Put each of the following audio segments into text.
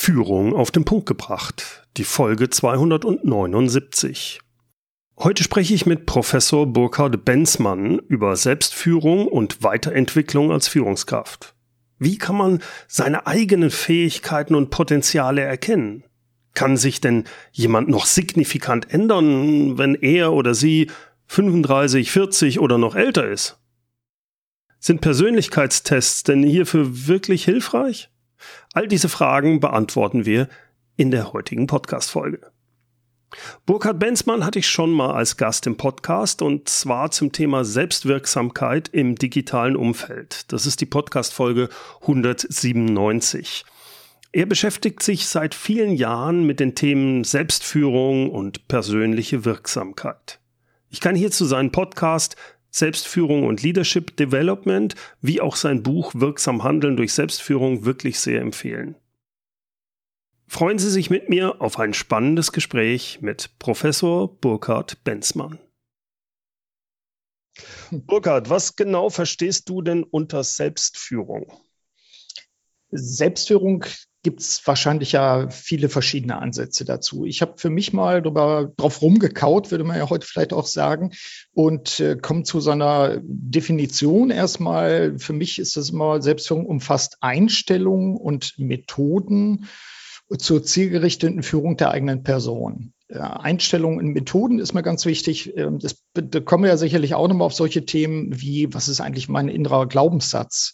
Führung auf den Punkt gebracht, die Folge 279. Heute spreche ich mit Professor Burkhard Benzmann über Selbstführung und Weiterentwicklung als Führungskraft. Wie kann man seine eigenen Fähigkeiten und Potenziale erkennen? Kann sich denn jemand noch signifikant ändern, wenn er oder sie 35, 40 oder noch älter ist? Sind Persönlichkeitstests denn hierfür wirklich hilfreich? All diese Fragen beantworten wir in der heutigen Podcast-Folge. Burkhard Benzmann hatte ich schon mal als Gast im Podcast und zwar zum Thema Selbstwirksamkeit im digitalen Umfeld. Das ist die Podcast-Folge 197. Er beschäftigt sich seit vielen Jahren mit den Themen Selbstführung und persönliche Wirksamkeit. Ich kann hierzu seinen Podcast Selbstführung und Leadership Development wie auch sein Buch Wirksam Handeln durch Selbstführung wirklich sehr empfehlen. Freuen Sie sich mit mir auf ein spannendes Gespräch mit Professor Burkhard Benzmann. Burkhard, was genau verstehst du denn unter Selbstführung? Selbstführung gibt es wahrscheinlich ja viele verschiedene Ansätze dazu. Ich habe für mich mal drauf rumgekaut, würde man ja heute vielleicht auch sagen, und komme zu so einer Definition erstmal. Für mich ist das immer, Selbstführung umfasst Einstellungen und Methoden zur zielgerichteten Führung der eigenen Person. Einstellungen und Methoden ist mir ganz wichtig. Da kommen wir ja sicherlich auch nochmal auf solche Themen wie, was ist eigentlich mein innerer Glaubenssatz?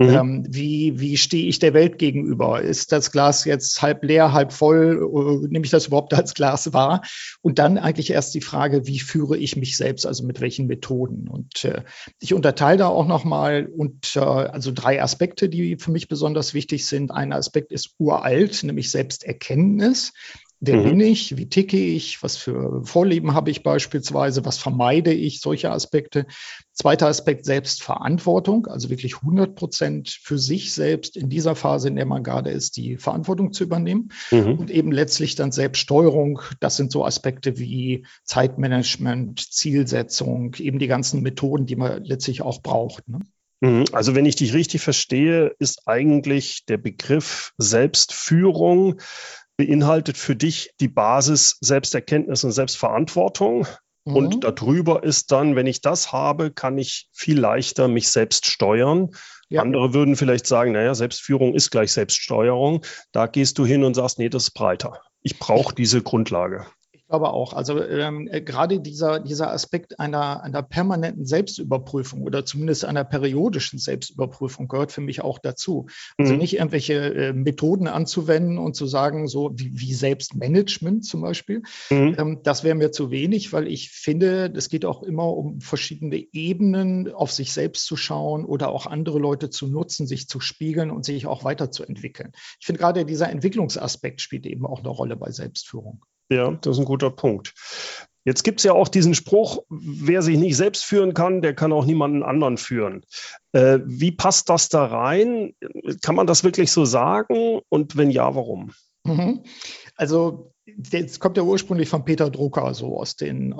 Wie stehe ich der Welt gegenüber? Ist das Glas jetzt halb leer, halb voll? Nehme ich das überhaupt als Glas wahr? Und dann eigentlich erst die Frage, wie führe ich mich selbst, also mit welchen Methoden? Und ich unterteile da auch nochmal also 3 Aspekte, die für mich besonders wichtig sind. Ein Aspekt ist uralt, nämlich Selbsterkenntnis. Wer bin ich? Wie ticke ich? Was für Vorlieben habe ich beispielsweise? Was vermeide ich? Solche Aspekte. Zweiter Aspekt, Selbstverantwortung, also wirklich 100% für sich selbst in dieser Phase, in der man gerade ist, die Verantwortung zu übernehmen. Und eben letztlich dann Selbststeuerung. Das sind so Aspekte wie Zeitmanagement, Zielsetzung, eben die ganzen Methoden, die man letztlich auch braucht, ne? Also wenn ich dich richtig verstehe, ist eigentlich der Begriff Selbstführung beinhaltet für dich die Basis Selbsterkenntnis und Selbstverantwortung. Und darüber ist dann, wenn ich das habe, kann ich viel leichter mich selbst steuern. Ja. Andere würden vielleicht sagen, naja, Selbstführung ist gleich Selbststeuerung. Da gehst du hin und sagst, nee, das ist breiter. Ich brauche diese Grundlage. Ich glaube auch, also gerade dieser Aspekt einer permanenten Selbstüberprüfung oder zumindest einer periodischen Selbstüberprüfung gehört für mich auch dazu. Also nicht irgendwelche Methoden anzuwenden und zu sagen, so wie Selbstmanagement zum Beispiel. Das wäre mir zu wenig, weil ich finde, es geht auch immer um verschiedene Ebenen, auf sich selbst zu schauen oder auch andere Leute zu nutzen, sich zu spiegeln und sich auch weiterzuentwickeln. Ich finde gerade dieser Entwicklungsaspekt spielt eben auch eine Rolle bei Selbstführung. Ja, das ist ein guter Punkt. Jetzt gibt es ja auch diesen Spruch, wer sich nicht selbst führen kann, der kann auch niemanden anderen führen. Wie passt das da rein? Kann man das wirklich so sagen? Und wenn ja, warum? Also das kommt ja ursprünglich von Peter Drucker, so aus den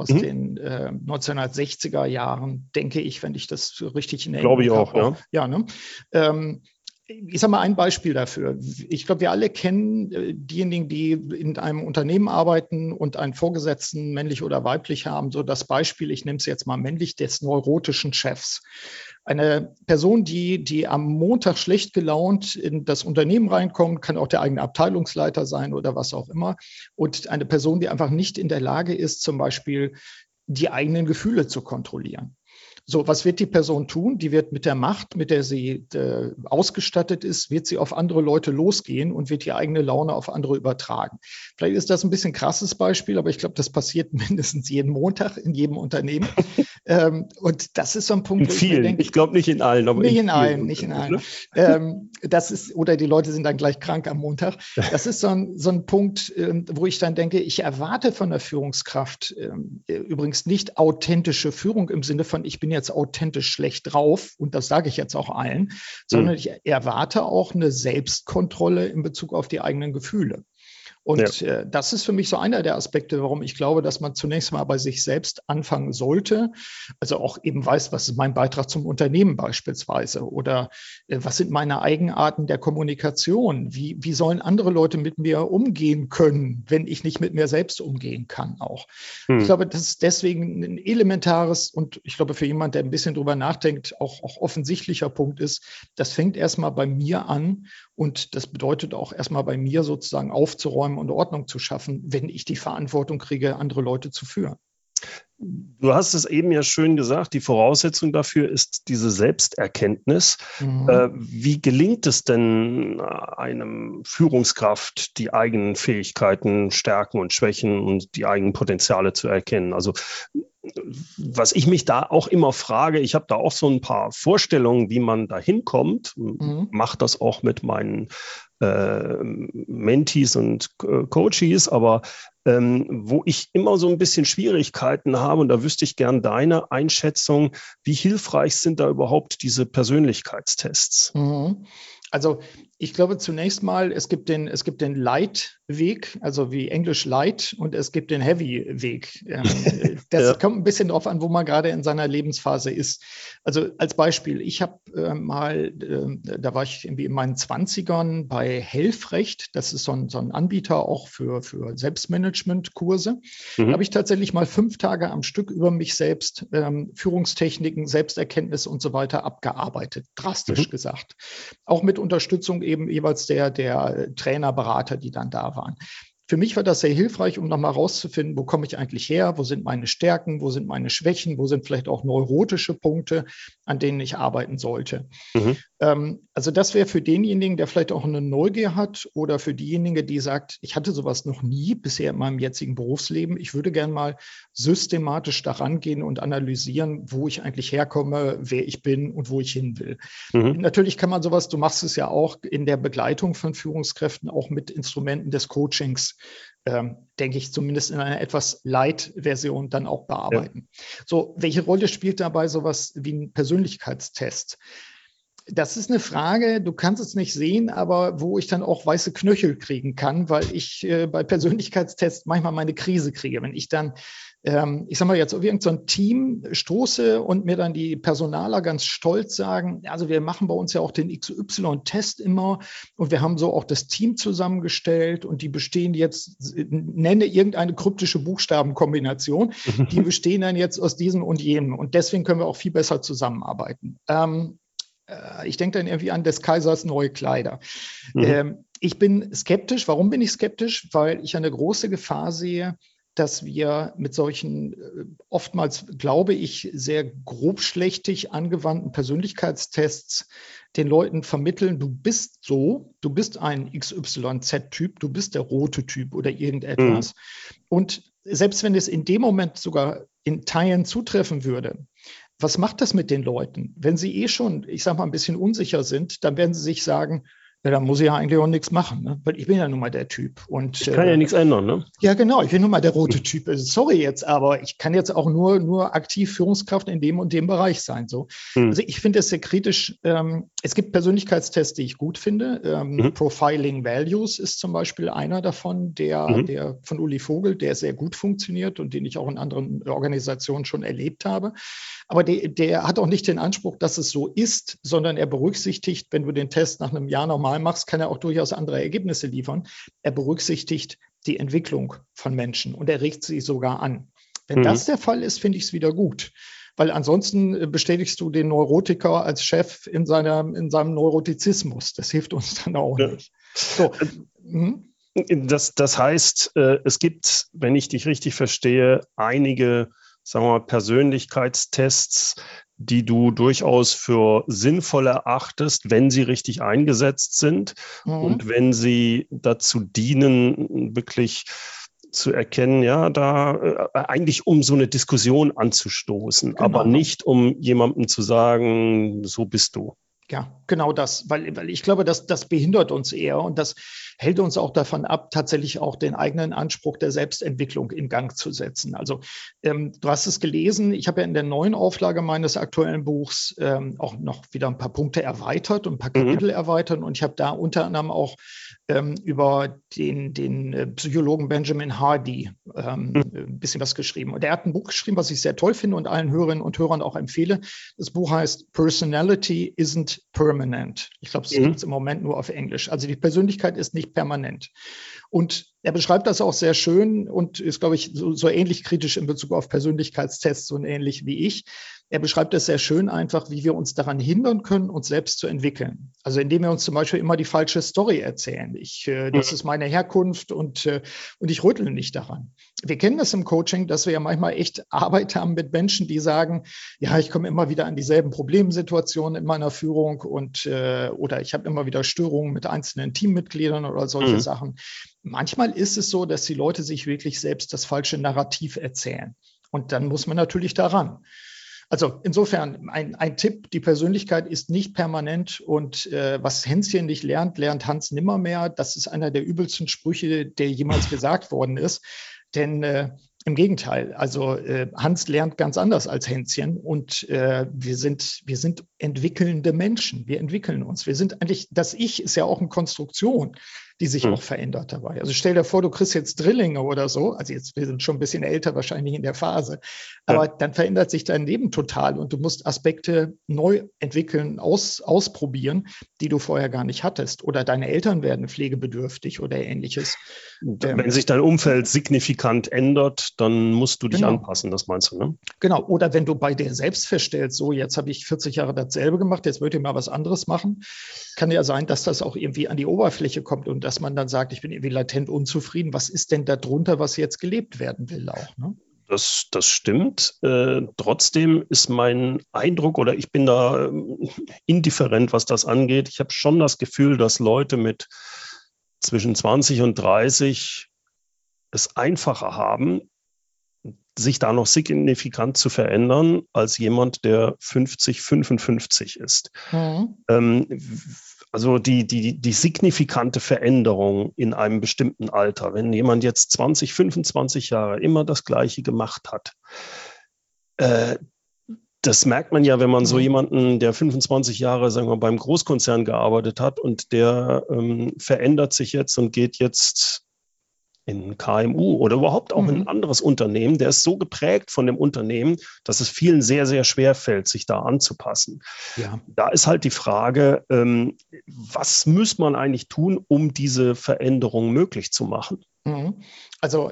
1960er Jahren, denke ich, wenn ich das richtig in Erinnerung habe. Glaube ich auch, ja. Ja, ne? Ich sage mal ein Beispiel dafür. Ich glaube, wir alle kennen diejenigen, die in einem Unternehmen arbeiten und einen Vorgesetzten, männlich oder weiblich haben. So das Beispiel, ich nehme es jetzt mal männlich, des neurotischen Chefs. Eine Person, die am Montag schlecht gelaunt in das Unternehmen reinkommt, kann auch der eigene Abteilungsleiter sein oder was auch immer. Und eine Person, die einfach nicht in der Lage ist, zum Beispiel die eigenen Gefühle zu kontrollieren. So, was wird die Person tun? Die wird mit der Macht, mit der sie ausgestattet ist, wird sie auf andere Leute losgehen und wird die eigene Laune auf andere übertragen. Vielleicht ist das ein bisschen krasses Beispiel, aber ich glaube, das passiert mindestens jeden Montag in jedem Unternehmen. Und das ist so ein Punkt, in vielen. Ich glaube nicht in allen, aber nicht in allen. Das ist, oder die Leute sind dann gleich krank am Montag. Das ist so ein Punkt, wo ich dann denke, ich erwarte von der Führungskraft übrigens nicht authentische Führung im Sinne von, ich bin jetzt authentisch schlecht drauf, und das sage ich jetzt auch allen, sondern ich erwarte auch eine Selbstkontrolle in Bezug auf die eigenen Gefühle. Und das ist für mich so einer der Aspekte, warum ich glaube, dass man zunächst mal bei sich selbst anfangen sollte. Also auch eben weiß, was ist mein Beitrag zum Unternehmen beispielsweise oder was sind meine Eigenarten der Kommunikation? Wie sollen andere Leute mit mir umgehen können, wenn ich nicht mit mir selbst umgehen kann auch? Ich glaube, das ist deswegen ein elementares und ich glaube für jemand, der ein bisschen drüber nachdenkt, auch offensichtlicher Punkt ist, das fängt erstmal bei mir an und das bedeutet auch erstmal bei mir sozusagen aufzuräumen und Ordnung zu schaffen, wenn ich die Verantwortung kriege, andere Leute zu führen. Du hast es eben ja schön gesagt, die Voraussetzung dafür ist diese Selbsterkenntnis. Wie gelingt es denn einem Führungskraft, die eigenen Fähigkeiten, Stärken und Schwächen und die eigenen Potenziale zu erkennen? Also was ich mich da auch immer frage, ich habe da auch so ein paar Vorstellungen, wie man da hinkommt, mache das auch mit meinen Mentees und Coaches, aber wo ich immer so ein bisschen Schwierigkeiten habe, und da wüsste ich gern deine Einschätzung, wie hilfreich sind da überhaupt diese Persönlichkeitstests? Also ich glaube zunächst mal, es gibt den Light-Weg, also wie Englisch Light, und es gibt den Heavy-Weg. Das kommt ein bisschen drauf an, wo man gerade in seiner Lebensphase ist. Also als Beispiel, ich habe da war ich irgendwie in meinen 20ern bei Helfrecht, das ist so ein Anbieter auch für Selbstmanagement-Kurse. Da habe ich tatsächlich mal 5 Tage am Stück über mich selbst Führungstechniken, Selbsterkenntnis und so weiter abgearbeitet, drastisch gesagt. Auch mit Unterstützung eben jeweils der Trainer, Berater, die dann da waren. Für mich war das sehr hilfreich, um nochmal rauszufinden, wo komme ich eigentlich her, wo sind meine Stärken, wo sind meine Schwächen, wo sind vielleicht auch neurotische Punkte, an denen ich arbeiten sollte. Also das wäre für denjenigen, der vielleicht auch eine Neugier hat oder für diejenige, die sagt, ich hatte sowas noch nie bisher in meinem jetzigen Berufsleben. Ich würde gerne mal systematisch daran gehen und analysieren, wo ich eigentlich herkomme, wer ich bin und wo ich hin will. Natürlich kann man sowas, du machst es ja auch in der Begleitung von Führungskräften, auch mit Instrumenten des Coachings, denke ich, zumindest in einer etwas Light-Version dann auch bearbeiten. So, welche Rolle spielt dabei sowas wie ein Persönlichkeitstest? Das ist eine Frage, du kannst es nicht sehen, aber wo ich dann auch weiße Knöchel kriegen kann, weil ich bei Persönlichkeitstests manchmal meine Krise kriege. Wenn ich dann, ich sag mal jetzt auf irgend so ein Team stoße und mir dann die Personaler ganz stolz sagen, also wir machen bei uns ja auch den XY-Test immer und wir haben so auch das Team zusammengestellt und die bestehen jetzt, nenne irgendeine kryptische Buchstabenkombination, die bestehen dann jetzt aus diesem und jenem und deswegen können wir auch viel besser zusammenarbeiten. Ich denke dann irgendwie an des Kaisers neue Kleider. Ich bin skeptisch. Warum bin ich skeptisch? Weil ich eine große Gefahr sehe, dass wir mit solchen oftmals, glaube ich, sehr grobschlächtig angewandten Persönlichkeitstests den Leuten vermitteln, du bist ein XYZ-Typ, du bist der rote Typ oder irgendetwas. Und selbst wenn es in dem Moment sogar in Teilen zutreffen würde, was macht das mit den Leuten? Wenn sie schon, ich sag mal, ein bisschen unsicher sind, dann werden sie sich sagen, ja, da muss ich ja eigentlich auch nichts machen, ne? Weil ich bin ja nun mal der Typ. Und, ich kann ja nichts ändern, ne? Ja, genau, ich bin nun mal der rote Typ. Sorry jetzt, aber ich kann jetzt auch nur aktiv Führungskraft in dem und dem Bereich sein. So. Also ich finde es sehr kritisch. Es gibt Persönlichkeitstests, die ich gut finde. Profiling Values ist zum Beispiel einer davon, der von Uli Vogel, der sehr gut funktioniert und den ich auch in anderen Organisationen schon erlebt habe. Aber der hat auch nicht den Anspruch, dass es so ist, sondern er berücksichtigt, wenn du den Test nach einem Jahr normal machst, kann er auch durchaus andere Ergebnisse liefern. Er berücksichtigt die Entwicklung von Menschen und er regt sie sogar an. Wenn das der Fall ist, finde ich es wieder gut. Weil ansonsten bestätigst du den Neurotiker als Chef in seinem Neurotizismus. Das hilft uns dann auch nicht. So. Das heißt, es gibt, wenn ich dich richtig verstehe, einige, sagen wir mal, Persönlichkeitstests, die du durchaus für sinnvoll erachtest, wenn sie richtig eingesetzt sind und wenn sie dazu dienen, wirklich zu erkennen, ja, da eigentlich um so eine Diskussion anzustoßen, aber nicht um jemandem zu sagen, so bist du. Ja, genau das, weil ich glaube, das behindert uns eher und das hält uns auch davon ab, tatsächlich auch den eigenen Anspruch der Selbstentwicklung in Gang zu setzen. Also du hast es gelesen, ich habe ja in der neuen Auflage meines aktuellen Buchs auch noch wieder ein paar Punkte erweitert und ein paar Kapitel erweitert und ich habe da unter anderem auch über den Psychologen Benjamin Hardy ein bisschen was geschrieben. Und er hat ein Buch geschrieben, was ich sehr toll finde und allen Hörerinnen und Hörern auch empfehle. Das Buch heißt Personality Isn't Permanent. Ich glaube, es gibt es im Moment nur auf Englisch. Also die Persönlichkeit ist nicht permanent. Und er beschreibt das auch sehr schön und ist, glaube ich, so ähnlich kritisch in Bezug auf Persönlichkeitstests und ähnlich wie ich. Er beschreibt es sehr schön einfach, wie wir uns daran hindern können, uns selbst zu entwickeln. Also indem wir uns zum Beispiel immer die falsche Story erzählen. Das ist meine Herkunft und ich rüttle nicht daran. Wir kennen das im Coaching, dass wir ja manchmal echt Arbeit haben mit Menschen, die sagen, ja, ich komme immer wieder an dieselben Problemsituationen in meiner Führung oder ich habe immer wieder Störungen mit einzelnen Teammitgliedern oder solche Sachen. Manchmal ist es so, dass die Leute sich wirklich selbst das falsche Narrativ erzählen. Und dann muss man natürlich daran. Also insofern ein Tipp, die Persönlichkeit ist nicht permanent und was Hänschen nicht lernt, lernt Hans nimmermehr. Das ist einer der übelsten Sprüche, der jemals gesagt worden ist. Denn im Gegenteil, also Hans lernt ganz anders als Hänschen und wir sind entwickelnde Menschen. Wir entwickeln uns. Wir sind eigentlich, das Ich ist ja auch eine Konstruktion, die sich auch verändert dabei. Also stell dir vor, du kriegst jetzt Drillinge oder so, also jetzt, wir sind schon ein bisschen älter wahrscheinlich in der Phase, aber dann verändert sich dein Leben total und du musst Aspekte neu entwickeln, ausprobieren, die du vorher gar nicht hattest. Oder deine Eltern werden pflegebedürftig oder ähnliches. Wenn sich dein Umfeld signifikant ändert, dann musst du dich anpassen, das meinst du, ne? Genau, oder wenn du bei dir selbst feststellst, so jetzt habe ich 40 Jahre dasselbe gemacht, jetzt würde ich mal was anderes machen, kann ja sein, dass das auch irgendwie an die Oberfläche kommt und dass man dann sagt, ich bin irgendwie latent unzufrieden. Was ist denn da drunter, was jetzt gelebt werden will auch? Ne? Das stimmt. Trotzdem ist mein Eindruck, oder ich bin da indifferent, was das angeht. Ich habe schon das Gefühl, dass Leute mit zwischen 20 und 30 es einfacher haben, sich da noch signifikant zu verändern, als jemand, der 50, 55 ist. Also die signifikante Veränderung in einem bestimmten Alter, wenn jemand jetzt 20, 25 Jahre immer das Gleiche gemacht hat, das merkt man ja, wenn man so jemanden, der 25 Jahre, sagen wir, beim Großkonzern gearbeitet hat und der verändert sich jetzt und geht jetzt in KMU oder überhaupt auch in ein anderes Unternehmen, der ist so geprägt von dem Unternehmen, dass es vielen sehr, sehr schwer fällt, sich da anzupassen. Ja. Da ist halt die Frage, was muss man eigentlich tun, um diese Veränderung möglich zu machen? Also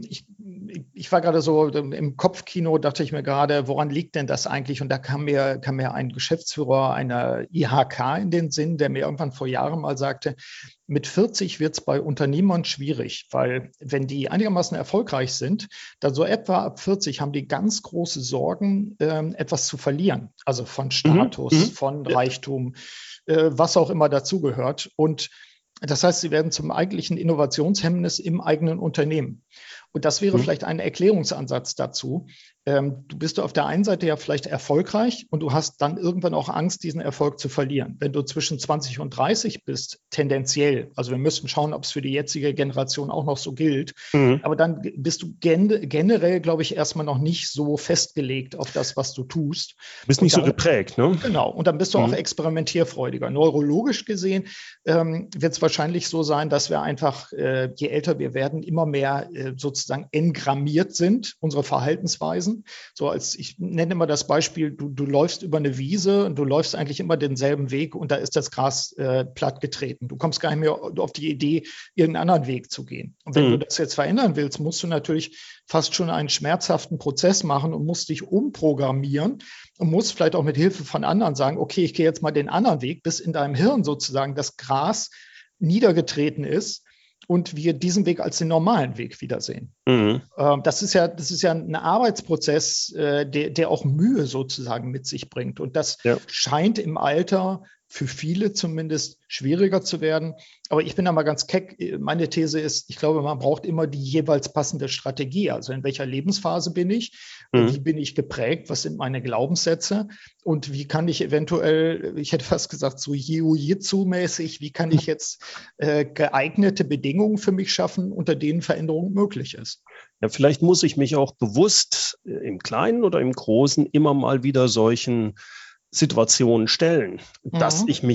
ich war gerade so im Kopfkino, dachte ich mir gerade, woran liegt denn das eigentlich? Und da kam mir ein Geschäftsführer einer IHK in den Sinn, der mir irgendwann vor Jahren mal sagte, mit 40 wird es bei Unternehmern schwierig, weil wenn die einigermaßen erfolgreich sind, dann so etwa ab 40 haben die ganz große Sorgen, etwas zu verlieren. Also von Status, von Reichtum, was auch immer dazugehört. Und das heißt, sie werden zum eigentlichen Innovationshemmnis im eigenen Unternehmen. Und das wäre vielleicht ein Erklärungsansatz dazu. Du bist auf der einen Seite ja vielleicht erfolgreich und du hast dann irgendwann auch Angst, diesen Erfolg zu verlieren. Wenn du zwischen 20 und 30 bist, tendenziell, also wir müssten schauen, ob es für die jetzige Generation auch noch so gilt, aber dann bist du generell, glaube ich, erstmal noch nicht so festgelegt auf das, was du tust. Du bist nicht so geprägt, ne? Genau, und dann bist du auch experimentierfreudiger. Neurologisch gesehen wird es wahrscheinlich so sein, dass wir einfach, je älter wir werden, immer mehr sozusagen engrammiert sind, unsere Verhaltensweisen. So als ich nenne immer das Beispiel, du läufst über eine Wiese und du läufst eigentlich immer denselben Weg und da ist das Gras platt getreten. Du kommst gar nicht mehr auf die Idee, irgendeinen anderen Weg zu gehen. Und wenn du das jetzt verändern willst, musst du natürlich fast schon einen schmerzhaften Prozess machen und musst dich umprogrammieren und musst vielleicht auch mit Hilfe von anderen sagen, okay, ich gehe jetzt mal den anderen Weg, bis in deinem Hirn sozusagen das Gras niedergetreten ist und wir diesen Weg als den normalen Weg wiedersehen. Das ist ja ein Arbeitsprozess, der auch Mühe sozusagen mit sich bringt. Und das scheint im Alter für viele zumindest schwieriger zu werden. Aber ich bin da mal ganz keck. Meine These ist, ich glaube, man braucht immer die jeweils passende Strategie. Also in welcher Lebensphase bin ich? Wie bin ich geprägt? Was sind meine Glaubenssätze? Und wie kann ich eventuell, ich hätte fast gesagt, so Jiu-Jitsu-mäßig, wie kann ich jetzt geeignete Bedingungen für mich schaffen, unter denen Veränderung möglich ist? Ja, vielleicht muss ich mich auch bewusst im Kleinen oder im Großen immer mal wieder solchen Situationen stellen, dass ich mich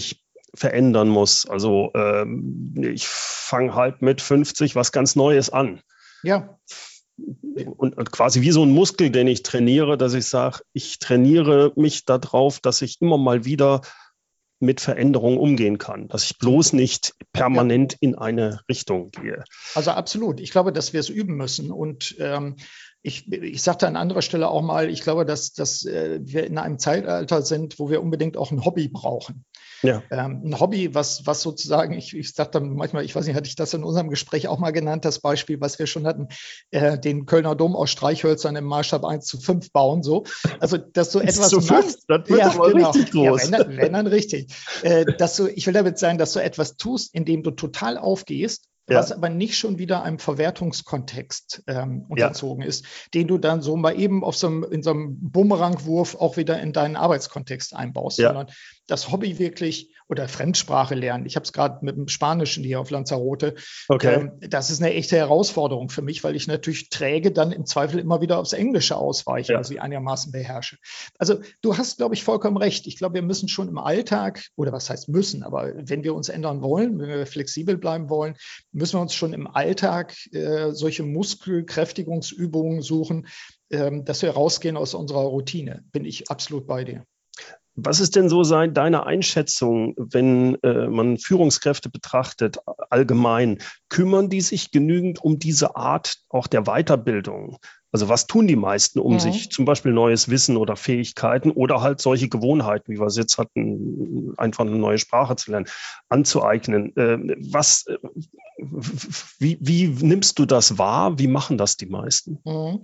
verändern muss. Also ich fange halt mit 50 was ganz Neues an. Ja. Und quasi wie so ein Muskel, den ich trainiere, dass ich sage, ich trainiere mich darauf, dass ich immer mal wieder mit Veränderungen umgehen kann, dass ich bloß nicht permanent in eine Richtung gehe. Also absolut. Ich glaube, dass wir es üben müssen. Und ich sagte an anderer Stelle auch mal, ich glaube, dass wir in einem Zeitalter sind, wo wir unbedingt auch ein Hobby brauchen. Ja. Ein Hobby, was sozusagen, ich sage dann manchmal, ich weiß nicht, hatte ich das in unserem Gespräch auch mal genannt, das Beispiel, was wir schon hatten, den Kölner Dom aus Streichhölzern im Maßstab 1:5 bauen, so. Also, dass du etwas machst. Das wird aber richtig groß. Ja, wenn dann richtig. Ich will damit sagen, dass du etwas tust, in dem du total aufgehst, was aber nicht schon wieder einem Verwertungskontext unterzogen ist, den du dann so mal eben in so einem Bumerangwurf auch wieder in deinen Arbeitskontext einbaust, sondern das Hobby wirklich oder Fremdsprache lernen. Ich habe es gerade mit dem Spanischen hier auf Lanzarote. Okay. Das ist eine echte Herausforderung für mich, weil ich natürlich träge dann im Zweifel immer wieder aufs Englische ausweiche, also ich einigermaßen beherrsche. Also du hast, glaube ich, vollkommen recht. Ich glaube, wir müssen schon im Alltag, oder was heißt müssen, aber wenn wir uns ändern wollen, wenn wir flexibel bleiben wollen, müssen wir uns schon im Alltag solche Muskelkräftigungsübungen suchen, dass wir rausgehen aus unserer Routine. Bin ich absolut bei dir. Was ist denn so deine Einschätzung, wenn man Führungskräfte betrachtet, allgemein? Kümmern die sich genügend um diese Art auch der Weiterbildung? Also was tun die meisten, um sich zum Beispiel neues Wissen oder Fähigkeiten oder halt solche Gewohnheiten, wie wir es jetzt hatten, einfach eine neue Sprache zu lernen, anzueignen? Wie nimmst du das wahr? Wie machen das die meisten?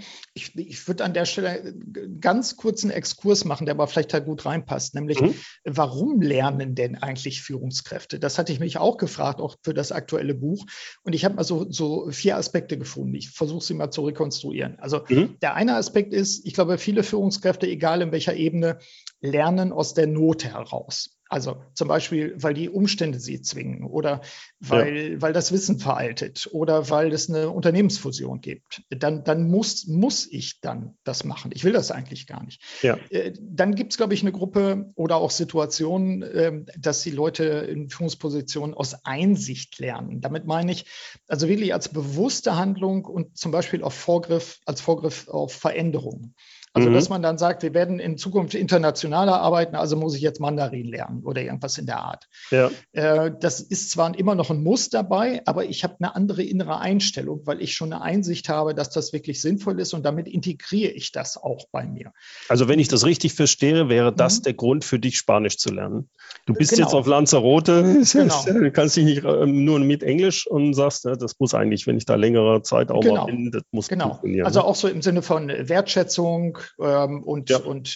Ich würde an der Stelle ganz kurzen Exkurs machen, der aber vielleicht halt gut reinpasst, nämlich warum lernen denn eigentlich Führungskräfte? Das hatte ich mich auch gefragt, auch für das aktuelle Buch. Und ich habe mal so 4 Aspekte gefunden. Ich versuche sie mal zu rekonstruieren. Also der eine Aspekt ist, ich glaube, viele Führungskräfte, egal in welcher Ebene, lernen aus der Not heraus. Also zum Beispiel, weil die Umstände sie zwingen oder weil das Wissen veraltet oder weil es eine Unternehmensfusion gibt. Dann muss ich dann das machen. Ich will das eigentlich gar nicht. Ja. Dann gibt es, glaube ich, eine Gruppe oder auch Situationen, dass die Leute in Führungspositionen aus Einsicht lernen. Damit meine ich also wirklich als bewusste Handlung und zum Beispiel als Vorgriff auf Veränderungen. Also, dass man dann sagt, wir werden in Zukunft internationaler arbeiten, also muss ich jetzt Mandarin lernen oder irgendwas in der Art. Ja. Das ist zwar immer noch ein Muss dabei, aber ich habe eine andere innere Einstellung, weil ich schon eine Einsicht habe, dass das wirklich sinnvoll ist und damit integriere ich das auch bei mir. Also, wenn ich das richtig verstehe, wäre das der Grund für dich, Spanisch zu lernen. Du bist jetzt auf Lanzarote, du kannst dich nicht nur mit Englisch und sagst, das muss eigentlich, wenn ich da längere Zeit auch mal bin, das muss funktionieren. Also auch so im Sinne von Wertschätzung und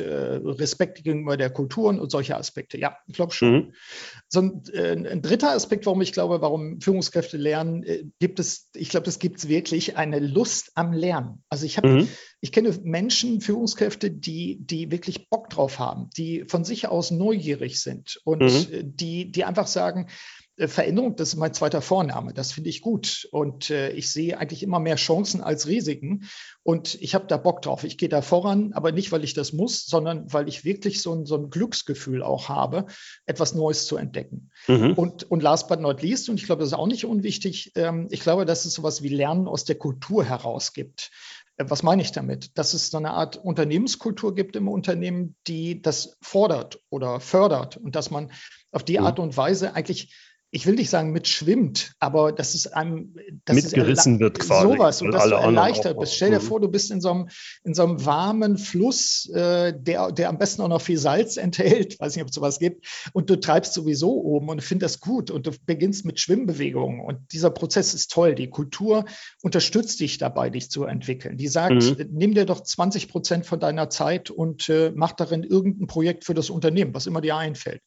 Respekt gegenüber der Kulturen und solche Aspekte. Ja, ich glaube schon. So ein dritter Aspekt, warum Führungskräfte lernen, das gibt es wirklich eine Lust am Lernen. Also ich kenne Menschen, Führungskräfte, die wirklich Bock drauf haben, die von sich aus neugierig sind und die einfach sagen, Veränderung, das ist mein zweiter Vorname, das finde ich gut und ich sehe eigentlich immer mehr Chancen als Risiken und ich habe da Bock drauf. Ich gehe da voran, aber nicht, weil ich das muss, sondern weil ich wirklich so ein Glücksgefühl auch habe, etwas Neues zu entdecken. Und last but not least, und ich glaube, das ist auch nicht unwichtig, ich glaube, dass es sowas wie Lernen aus der Kultur heraus gibt. Was meine ich damit? Dass es so eine Art Unternehmenskultur gibt im Unternehmen, die das fordert oder fördert und dass man auf die Art und Weise eigentlich, ich will nicht sagen mitschwimmt, aber dass es einem mitgerissen wird quasi. Sowas und dass du erleichtert bist. Stell dir vor, du bist in so einem warmen Fluss, der am besten auch noch viel Salz enthält, weiß nicht, ob es sowas gibt, und du treibst sowieso oben und findest das gut und du beginnst mit Schwimmbewegungen und dieser Prozess ist toll. Die Kultur unterstützt dich dabei, dich zu entwickeln. Die sagt, nimm dir doch 20% von deiner Zeit und mach darin irgendein Projekt für das Unternehmen, was immer dir einfällt.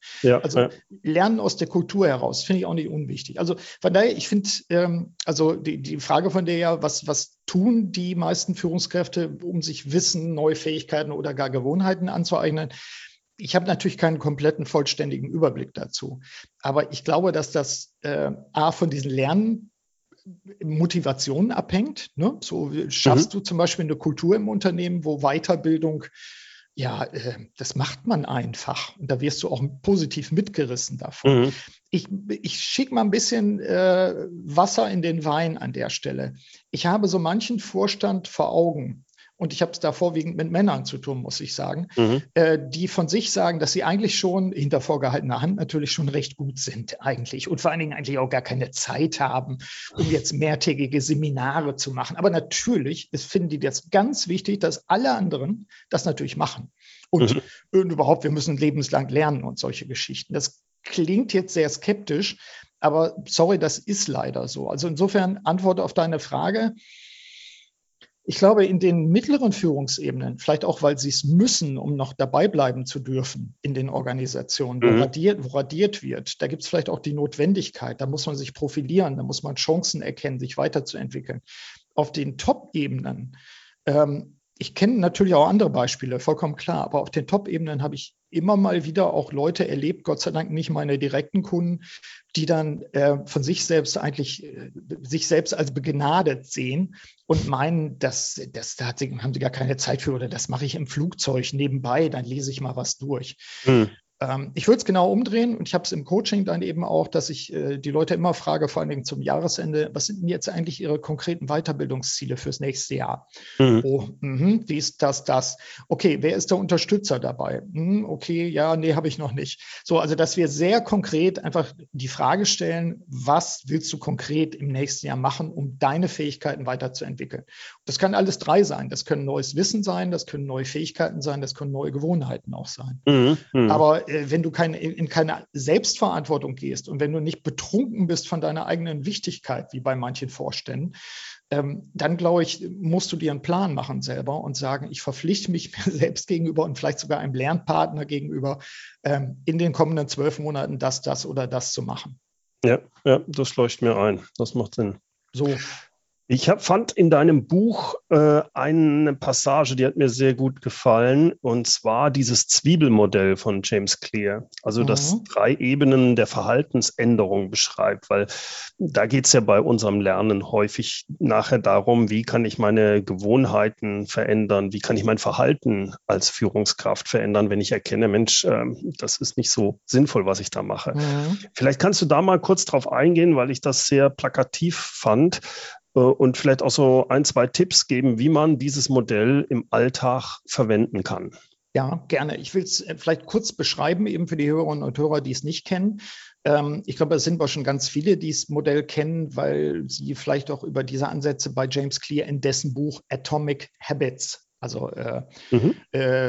Lernen aus der Kultur heraus. Finde ich auch nicht unwichtig. Also von daher, ich finde, also die Frage von dir ja, was tun die meisten Führungskräfte, um sich Wissen, neue Fähigkeiten oder gar Gewohnheiten anzueignen? Ich habe natürlich keinen kompletten, vollständigen Überblick dazu. Aber ich glaube, dass das von diesen Lernmotivationen abhängt. Ne? So schaffst du zum Beispiel eine Kultur im Unternehmen, wo Weiterbildung Ja, das macht man einfach. Und da wirst du auch positiv mitgerissen davon. Mhm. Ich schicke mal ein bisschen Wasser in den Wein an der Stelle. Ich habe so manchen Vorstand vor Augen. Und ich habe es da vorwiegend mit Männern zu tun, muss ich sagen, Mhm. die von sich sagen, dass sie eigentlich schon hinter vorgehaltener Hand natürlich schon recht gut sind eigentlich und vor allen Dingen eigentlich auch gar keine Zeit haben, um jetzt mehrtägige Seminare zu machen. Aber natürlich finden die das ganz wichtig, dass alle anderen das natürlich machen. Und Mhm. überhaupt, wir müssen lebenslang lernen und solche Geschichten. Das klingt jetzt sehr skeptisch, aber sorry, das ist leider so. Also insofern Antwort auf deine Frage. Ich glaube, in den mittleren Führungsebenen, vielleicht auch, weil sie es müssen, um noch dabei bleiben zu dürfen in den Organisationen, wo Mhm. radiert wird, da gibt es vielleicht auch die Notwendigkeit, da muss man sich profilieren, da muss man Chancen erkennen, sich weiterzuentwickeln. Auf den Top-Ebenen, ich kenne natürlich auch andere Beispiele, vollkommen klar, aber auf den Top-Ebenen habe ich immer mal wieder auch Leute erlebt, Gott sei Dank nicht meine direkten Kunden, die dann von sich selbst eigentlich sich selbst als begnadet sehen und meinen, da haben sie gar keine Zeit für oder das mache ich im Flugzeug nebenbei, dann lese ich mal was durch. Mhm. Ich würde es genau umdrehen und ich habe es im Coaching dann eben auch, dass ich die Leute immer frage, vor allen Dingen zum Jahresende, was sind denn jetzt eigentlich ihre konkreten Weiterbildungsziele fürs nächste Jahr? Mhm. Oh, dies, das. Okay, wer ist der Unterstützer dabei? Okay, ja, nee, habe ich noch nicht. So, also dass wir sehr konkret einfach die Frage stellen, was willst du konkret im nächsten Jahr machen, um deine Fähigkeiten weiterzuentwickeln? Das kann alles drei sein. Das können neues Wissen sein, das können neue Fähigkeiten sein, das können neue Gewohnheiten auch sein. Mhm. Mhm. Aber wenn du in keine Selbstverantwortung gehst und wenn du nicht betrunken bist von deiner eigenen Wichtigkeit, wie bei manchen Vorständen, dann glaube ich, musst du dir einen Plan machen selber und sagen, ich verpflichte mich mir selbst gegenüber und vielleicht sogar einem Lernpartner gegenüber, in den kommenden 12 Monaten das oder das zu machen. Ja, ja, das leuchtet mir ein. Das macht Sinn. So. Fand in deinem Buch eine Passage, die hat mir sehr gut gefallen, und zwar dieses Zwiebelmodell von James Clear, also das Mhm. 3 Ebenen der Verhaltensänderung beschreibt, weil da geht es ja bei unserem Lernen häufig nachher darum, wie kann ich meine Gewohnheiten verändern, wie kann ich mein Verhalten als Führungskraft verändern, wenn ich erkenne, Mensch, das ist nicht so sinnvoll, was ich da mache. Mhm. Vielleicht kannst du da mal kurz drauf eingehen, weil ich das sehr plakativ fand und vielleicht auch so 1, 2 Tipps geben, wie man dieses Modell im Alltag verwenden kann. Ja, gerne. Ich will es vielleicht kurz beschreiben, eben für die Hörerinnen und Hörer, die es nicht kennen. Ich glaube, es sind aber schon ganz viele, die das Modell kennen, weil sie vielleicht auch über diese Ansätze bei James Clear in dessen Buch Atomic Habits, also Mhm.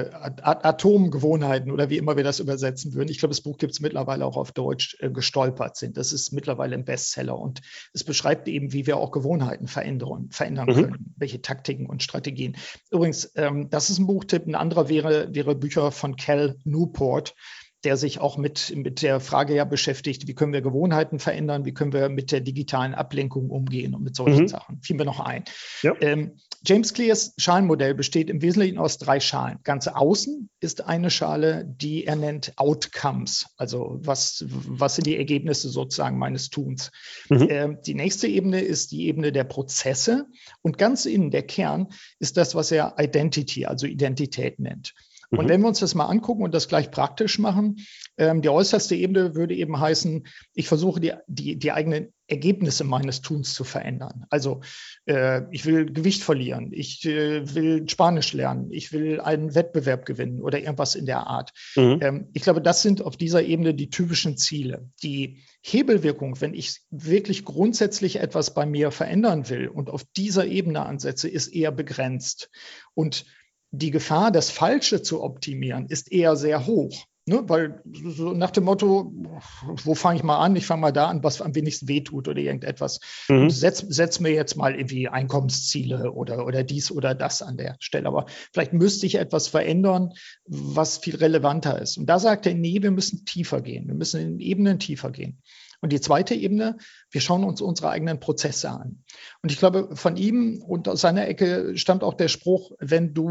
Atomgewohnheiten oder wie immer wir das übersetzen würden. Ich glaube, das Buch gibt es mittlerweile auch auf Deutsch, gestolpert sind. Das ist mittlerweile ein Bestseller und es beschreibt eben, wie wir auch Gewohnheiten verändern Mhm. können, welche Taktiken und Strategien. Übrigens, das ist ein Buchtipp. Ein anderer wäre Bücher von Cal Newport, der sich auch mit der Frage ja beschäftigt, wie können wir Gewohnheiten verändern, wie können wir mit der digitalen Ablenkung umgehen und mit solchen Mhm. Sachen. Fiel mir noch ein. Ja. James Clears Schalenmodell besteht im Wesentlichen aus 3 Schalen. Ganz außen ist eine Schale, die er nennt Outcomes, also was sind die Ergebnisse sozusagen meines Tuns. Mhm. Die nächste Ebene ist die Ebene der Prozesse und ganz innen der Kern ist das, was er Identity, also Identität nennt. Und Mhm. wenn wir uns das mal angucken und das gleich praktisch machen, die äußerste Ebene würde eben heißen, ich versuche die eigenen Ergebnisse meines Tuns zu verändern. Also ich will Gewicht verlieren, ich will Spanisch lernen, ich will einen Wettbewerb gewinnen oder irgendwas in der Art. Mhm. Ich glaube, das sind auf dieser Ebene die typischen Ziele. Die Hebelwirkung, wenn ich wirklich grundsätzlich etwas bei mir verändern will und auf dieser Ebene ansetze, ist eher begrenzt. Und die Gefahr, das Falsche zu optimieren, ist eher sehr hoch. Ne? Weil so nach dem Motto, wo fange ich mal an? Ich fange mal da an, was am wenigsten wehtut oder irgendetwas. Und Mhm. setz mir jetzt mal irgendwie Einkommensziele oder dies oder das an der Stelle. Aber vielleicht müsste ich etwas verändern, was viel relevanter ist. Und da sagt er, nee, wir müssen tiefer gehen. Wir müssen in Ebenen tiefer gehen. Und die zweite Ebene, wir schauen uns unsere eigenen Prozesse an. Und ich glaube, von ihm und aus seiner Ecke stammt auch der Spruch, wenn du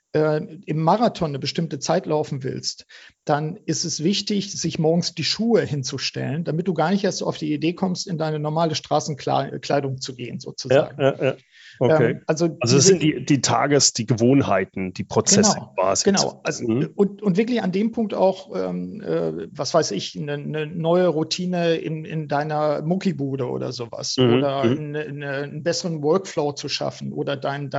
im Marathon eine bestimmte Zeit laufen willst, dann ist es wichtig, sich morgens die Schuhe hinzustellen, damit du gar nicht erst auf die Idee kommst, in deine normale Straßenkleidung zu gehen, sozusagen. Ja. Okay. Also das sind die Gewohnheiten, die Prozesse quasi. Genau. Also, und wirklich an dem Punkt auch, was weiß ich, eine neue Routine in deiner Muckibude oder sowas oder einen besseren Workflow zu schaffen oder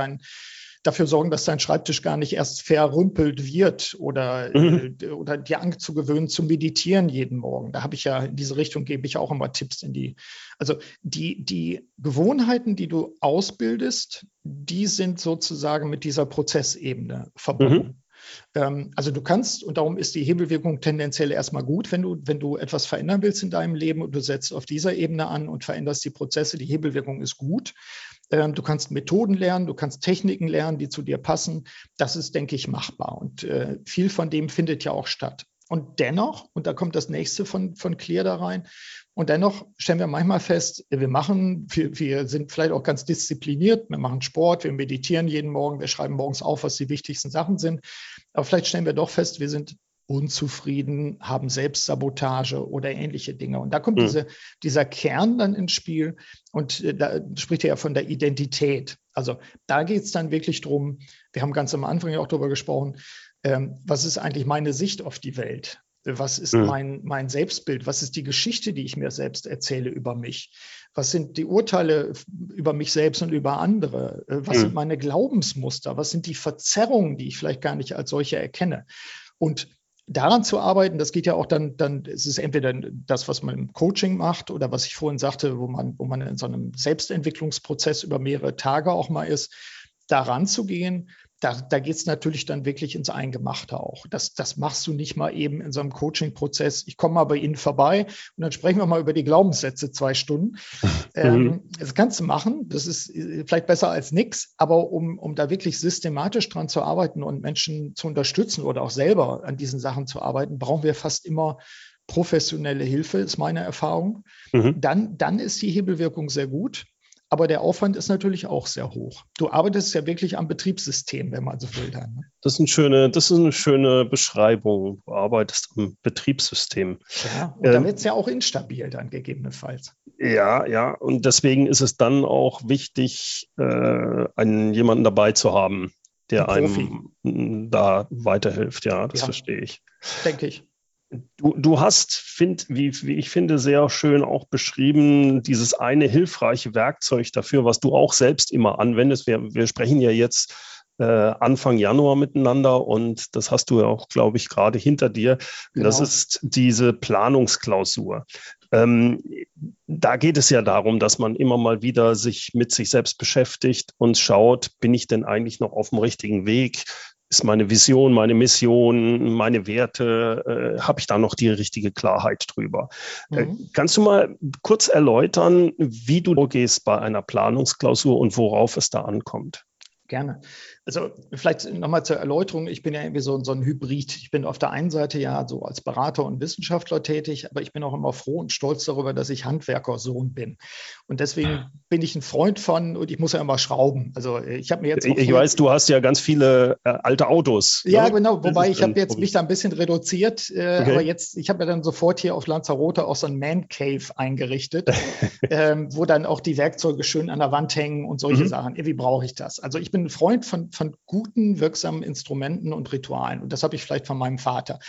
dafür sorgen, dass dein Schreibtisch gar nicht erst verrümpelt wird oder dir anzugewöhnen zu meditieren jeden Morgen. Da habe ich ja in diese Richtung, gebe ich auch immer Tipps also die Gewohnheiten, die du ausbildest, die sind sozusagen mit dieser Prozessebene verbunden. Also du kannst, und darum ist die Hebelwirkung tendenziell erstmal gut, wenn du etwas verändern willst in deinem Leben und du setzt auf dieser Ebene an und veränderst die Prozesse, die Hebelwirkung ist gut. Du kannst Methoden lernen, du kannst Techniken lernen, die zu dir passen. Das ist, denke ich, machbar. Und viel von dem findet ja auch statt. Und dennoch, und da kommt das nächste von Clear da rein, und dennoch stellen wir manchmal fest, wir sind vielleicht auch ganz diszipliniert, wir machen Sport, wir meditieren jeden Morgen, wir schreiben morgens auf, was die wichtigsten Sachen sind. Aber vielleicht stellen wir doch fest, wir sind unzufrieden, haben Selbstsabotage oder ähnliche Dinge. Und da kommt dieser Kern dann ins Spiel und da spricht er ja von der Identität. Also da geht es dann wirklich drum, wir haben ganz am Anfang ja auch darüber gesprochen, was ist eigentlich meine Sicht auf die Welt? Was ist mein Selbstbild? Was ist die Geschichte, die ich mir selbst erzähle über mich? Was sind die Urteile über mich selbst und über andere? Was sind meine Glaubensmuster? Was sind die Verzerrungen, die ich vielleicht gar nicht als solche erkenne? Und daran zu arbeiten, das geht ja auch dann ist es entweder das, was man im Coaching macht oder was ich vorhin sagte, wo man in so einem Selbstentwicklungsprozess über mehrere Tage auch mal ist, daran zu gehen. Da geht es natürlich dann wirklich ins Eingemachte auch. Das machst du nicht mal eben in so einem Coaching-Prozess. Ich komme mal bei Ihnen vorbei und dann sprechen wir mal über die Glaubenssätze 2 Stunden. Das kannst du machen. Das ist vielleicht besser als nichts. Aber um da wirklich systematisch dran zu arbeiten und Menschen zu unterstützen oder auch selber an diesen Sachen zu arbeiten, brauchen wir fast immer professionelle Hilfe, ist meine Erfahrung. Dann ist die Hebelwirkung sehr gut. Aber der Aufwand ist natürlich auch sehr hoch. Du arbeitest ja wirklich am Betriebssystem, wenn man so will. Dann. Das ist eine schöne Beschreibung. Du arbeitest am Betriebssystem. Ja, und da wird es ja auch instabil dann gegebenenfalls. Ja. Und deswegen ist es dann auch wichtig, jemanden dabei zu haben, der einem da weiterhilft. Ja, das verstehe ich. Denke ich. Du hast, wie ich finde, sehr schön auch beschrieben, dieses eine hilfreiche Werkzeug dafür, was du auch selbst immer anwendest. Wir sprechen ja jetzt Anfang Januar miteinander und das hast du ja auch, glaube ich, gerade hinter dir. Genau. Das ist diese Planungsklausur. Da geht es ja darum, dass man immer mal wieder sich mit sich selbst beschäftigt und schaut, bin ich denn eigentlich noch auf dem richtigen Weg? Ist meine Vision, meine Mission, meine Werte, habe ich da noch die richtige Klarheit drüber? Kannst du mal kurz erläutern, wie du vorgehst bei einer Planungsklausur und worauf es da ankommt? Gerne. Also vielleicht nochmal zur Erläuterung, ich bin ja irgendwie so ein Hybrid. Ich bin auf der einen Seite ja so als Berater und Wissenschaftler tätig, aber ich bin auch immer froh und stolz darüber, dass ich Handwerkersohn bin. Und deswegen bin ich ein Freund und ich muss ja immer schrauben. Also ich habe mir jetzt Ich weiß, du hast ja ganz viele alte Autos. Ja, ne? Genau, wobei ich habe jetzt mich da ein bisschen reduziert, aber ich habe ja dann sofort hier auf Lanzarote auch so ein Man Cave eingerichtet, wo dann auch die Werkzeuge schön an der Wand hängen und solche Sachen. Irgendwie brauche ich das. Also ich bin ein Freund von guten, wirksamen Instrumenten und Ritualen. Und das habe ich vielleicht von meinem Vater.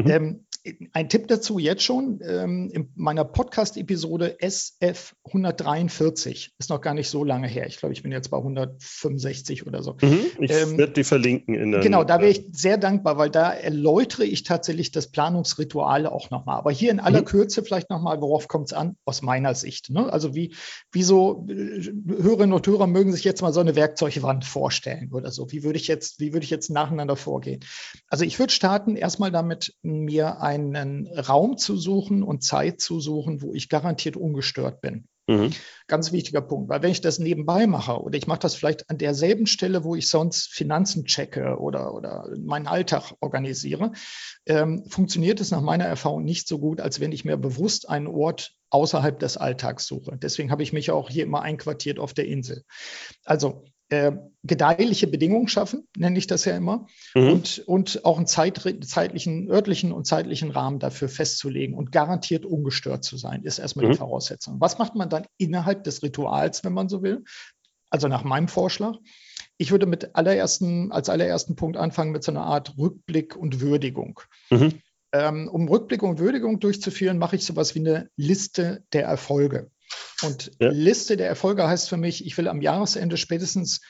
Ein Tipp dazu jetzt schon, in meiner Podcast-Episode SF 143, ist noch gar nicht so lange her. Ich glaube, ich bin jetzt bei 165 oder so. Ich werde die verlinken. Genau, da wäre ich sehr dankbar, weil da erläutere ich tatsächlich das Planungsritual auch nochmal. Aber hier in aller Kürze vielleicht nochmal, worauf kommt es an, aus meiner Sicht. Ne? Also wieso Hörerinnen und Hörer mögen sich jetzt mal so eine Werkzeugwand vorstellen oder so. Wie würde ich jetzt nacheinander vorgehen? Also ich würde starten erstmal damit, mir einen Raum zu suchen und Zeit zu suchen, wo ich garantiert ungestört bin. Ganz wichtiger Punkt, weil wenn ich das nebenbei mache oder ich mache das vielleicht an derselben Stelle, wo ich sonst Finanzen checke oder meinen Alltag organisiere, funktioniert es nach meiner Erfahrung nicht so gut, als wenn ich mir bewusst einen Ort außerhalb des Alltags suche. Deswegen habe ich mich auch hier immer einquartiert auf der Insel. Also gedeihliche Bedingungen schaffen, nenne ich das ja immer, und auch einen örtlichen und zeitlichen Rahmen dafür festzulegen und garantiert ungestört zu sein, ist erstmal die Voraussetzung. Was macht man dann innerhalb des Rituals, wenn man so will? Also nach meinem Vorschlag. Ich würde als allerersten Punkt anfangen mit so einer Art Rückblick und Würdigung. Um Rückblick und Würdigung durchzuführen, mache ich sowas wie eine Liste der Erfolge. Und Liste der Erfolge heißt für mich, ich will am Jahresende spätestens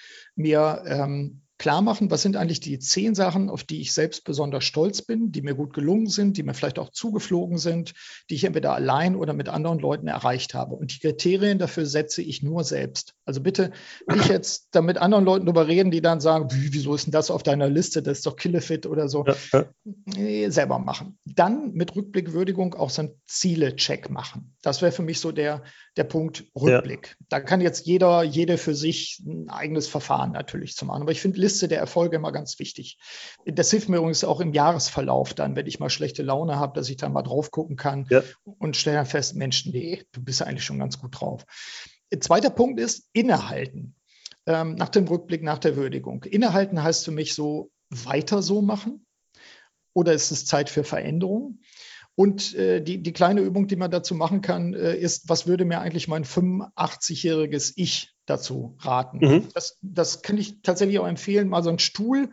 mir klar machen, was sind eigentlich die 10 Sachen, auf die ich selbst besonders stolz bin, die mir gut gelungen sind, die mir vielleicht auch zugeflogen sind, die ich entweder allein oder mit anderen Leuten erreicht habe. Und die Kriterien dafür setze ich nur selbst. Also bitte nicht jetzt da mit anderen Leuten drüber reden, die dann sagen, wieso ist denn das auf deiner Liste, das ist doch Killefit oder so. Nee, selber machen. Dann mit Rückblickwürdigung auch so ein Ziele-Check machen. Das wäre für mich so der Punkt Rückblick. Da kann jetzt jede für sich ein eigenes Verfahren natürlich zu machen. Aber ich finde Liste der Erfolge immer ganz wichtig. Das hilft mir übrigens auch im Jahresverlauf dann, wenn ich mal schlechte Laune habe, dass ich dann mal drauf gucken kann und stelle dann fest, Mensch, nee, du bist ja eigentlich schon ganz gut drauf. Zweiter Punkt ist innehalten. Nach dem Rückblick, nach der Würdigung. Innehalten heißt für mich so, weiter so machen oder ist es Zeit für Veränderung? Und die kleine Übung, die man dazu machen kann, ist, was würde mir eigentlich mein 85-jähriges Ich dazu raten? Das kann ich tatsächlich auch empfehlen, mal so einen Stuhl,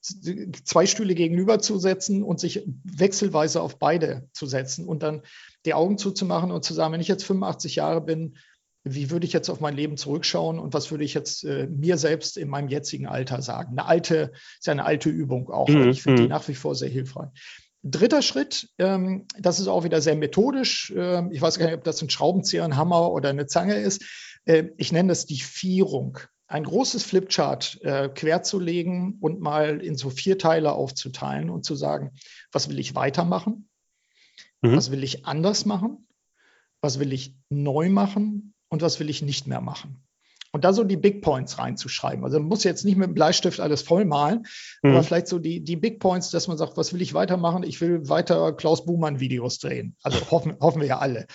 2 Stühle gegenüberzusetzen und sich wechselweise auf beide zu setzen und dann die Augen zuzumachen und zu sagen, wenn ich jetzt 85 Jahre bin, wie würde ich jetzt auf mein Leben zurückschauen und was würde ich jetzt mir selbst in meinem jetzigen Alter sagen? Ist ja eine alte Übung auch. Ich finde die nach wie vor sehr hilfreich. Dritter Schritt, das ist auch wieder sehr methodisch. Ich weiß gar nicht, ob das ein Schraubenzieher, ein Hammer oder eine Zange ist. Ich nenne das die Vierung. Ein großes Flipchart querzulegen und mal in so 4 Teile aufzuteilen und zu sagen, was will ich weitermachen? Was will ich anders machen? Was will ich neu machen? Und was will ich nicht mehr machen? Und da so die Big Points reinzuschreiben. Also man muss jetzt nicht mit dem Bleistift alles vollmalen, aber vielleicht so die Big Points, dass man sagt, was will ich weitermachen? Ich will weiter Klaus Buhmann-Videos drehen. Also hoffen wir ja alle.